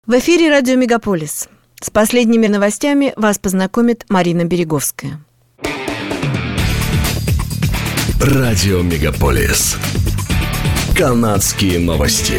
В эфире радио «Мегаполис». С последними новостями вас познакомит Марина Береговская. Радио «Мегаполис». Канадские новости.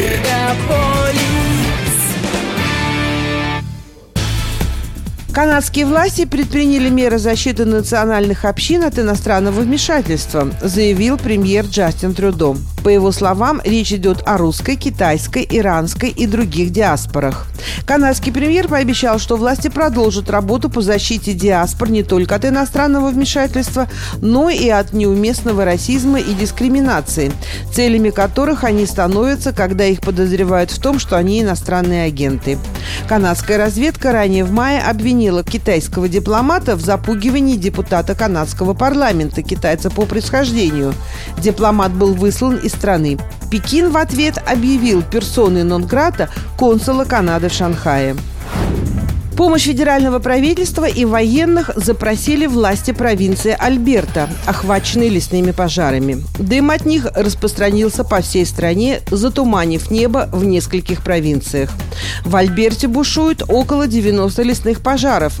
Канадские власти предприняли меры защиты национальных общин от иностранного вмешательства, заявил премьер Джастин Трюдо. По его словам, речь идет о русской, китайской, иранской и других диаспорах. Канадский премьер пообещал, что власти продолжат работу по защите диаспор не только от иностранного вмешательства, но и от неуместного расизма и дискриминации, целями которых они становятся, когда их подозревают в том, что они иностранные агенты. Канадская разведка ранее в мае обвинила китайского дипломата в запугивании депутата канадского парламента, китайца по происхождению. Дипломат был выслан из страны. Пекин в ответ объявил персоной нон-грата консула Канады в Шанхае. Помощь федерального правительства и военных запросили власти провинции Альберта, охваченной лесными пожарами. Дым от них распространился по всей стране, затуманив небо в нескольких провинциях. В Альберте бушует около 90 лесных пожаров,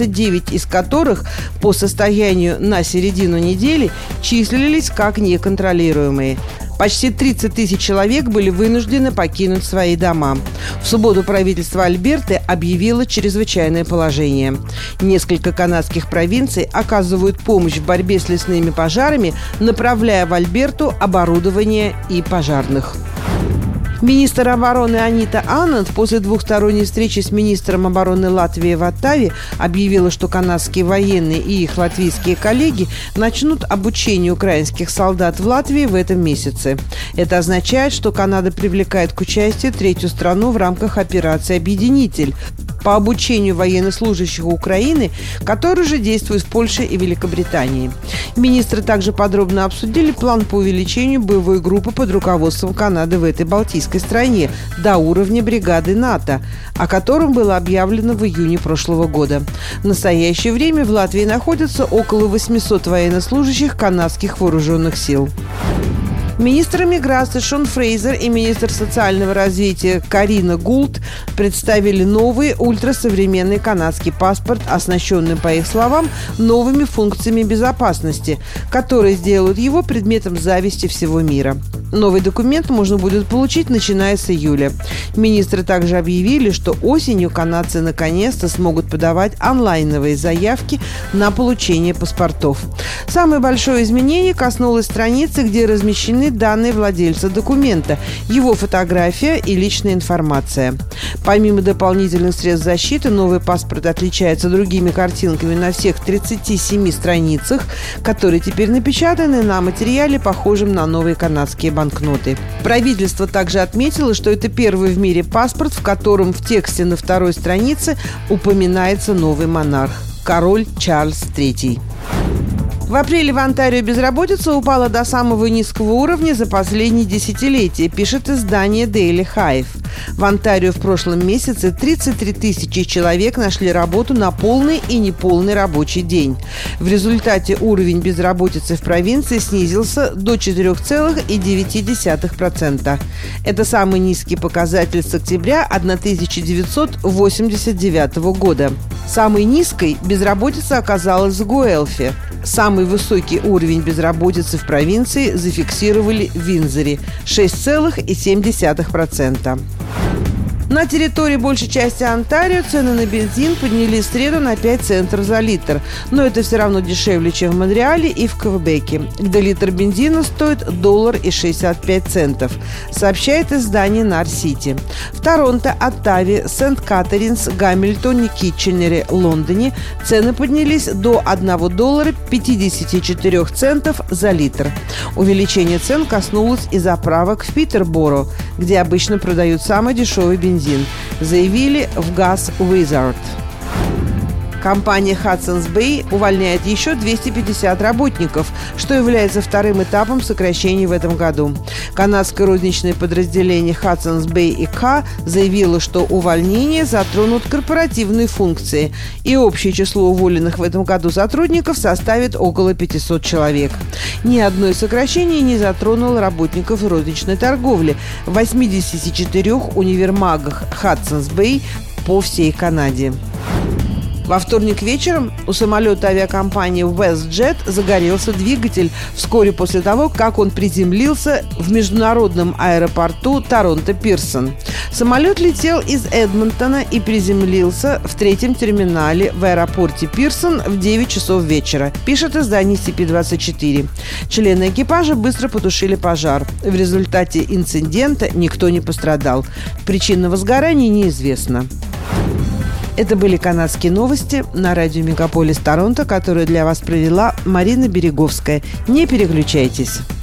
29 из которых по состоянию на середину недели числились как неконтролируемые. Почти 30 тысяч человек были вынуждены покинуть свои дома. В субботу правительство Альберты объявило чрезвычайное положение. Несколько канадских провинций оказывают помощь в борьбе с лесными пожарами, направляя в Альберту оборудование и пожарных. Министр обороны Анита Ананд после двухсторонней встречи с министром обороны Латвии в Оттаве объявила, что канадские военные и их латвийские коллеги начнут обучение украинских солдат в Латвии в этом месяце. Это означает, что Канада привлекает к участию третью страну в рамках операции «Объединитель» по обучению военнослужащих Украины, которые уже действуют в Польше и Великобритании. Министры также подробно обсудили план по увеличению боевой группы под руководством Канады в этой балтийской стране до уровня бригады НАТО, о котором было объявлено в июне прошлого года. В настоящее время в Латвии находятся около 800 военнослужащих канадских вооруженных сил. Министр иммиграции Шон Фрейзер и министр социального развития Карина Гулт представили новый ультрасовременный канадский паспорт, оснащенный, по их словам, новыми функциями безопасности, которые сделают его предметом зависти всего мира. Новый документ можно будет получить, начиная с июля. Министры также объявили, что осенью канадцы наконец-то смогут подавать онлайновые заявки на получение паспортов. Самое большое изменение коснулось страницы, где размещены данные владельца документа, его фотография и личная информация. Помимо дополнительных средств защиты, новый паспорт отличается другими картинками на всех 37 страницах, которые теперь напечатаны на материале, похожем на новые канадские банкноты. Правительство также отметило, что это первый в мире паспорт, в котором в тексте на второй странице упоминается новый монарх – король Чарльз III. В апреле в Онтарио безработица упала до самого низкого уровня за последние десятилетия, пишет издание Daily Hive. В Онтарио в прошлом месяце 33 тысячи человек нашли работу на полный и неполный рабочий день. В результате уровень безработицы в провинции снизился до 4,9%. Это самый низкий показатель с октября 1989 года. Самой низкой безработица оказалась в Гуэльфе. Самый высокий уровень безработицы в провинции зафиксировали в Виндзоре – 6,7%. На территории большей части Онтарио цены на бензин поднялись в среду на 5 центов за литр. Но это все равно дешевле, чем в Монреале и в Квебеке, где литр бензина стоит $1,65, сообщает издание Нар-Сити. В Торонто, Оттаве, Сент-Катеринс, Гамильтоне, Китченере, Лондоне цены поднялись до $1,54 за литр. Увеличение цен коснулось и заправок в Питерборо, где обычно продают самый дешевый бензин, заявили в Gas Wizard. Компания Hudson's Bay увольняет еще 250 работников, что является вторым этапом сокращений в этом году. Канадское розничное подразделение Hudson's Bay & заявило, что увольнения затронут корпоративные функции, и общее число уволенных в этом году сотрудников составит около 500 человек. Ни одно из сокращений не затронуло работников розничной торговли в 84 универмагах Hudson's Bay по всей Канаде. Во вторник вечером у самолета авиакомпании WestJet загорелся двигатель вскоре после того, как он приземлился в международном аэропорту Торонто-Пирсон. Самолет летел из Эдмонтона и приземлился в третьем терминале в аэропорте Пирсон в 9 часов вечера, пишет издание CP24. Члены экипажа быстро потушили пожар. В результате инцидента никто не пострадал. Причина возгорания неизвестна. Это были канадские новости на радио Мегаполис Торонто, которые для вас провела Марина Береговская. Не переключайтесь.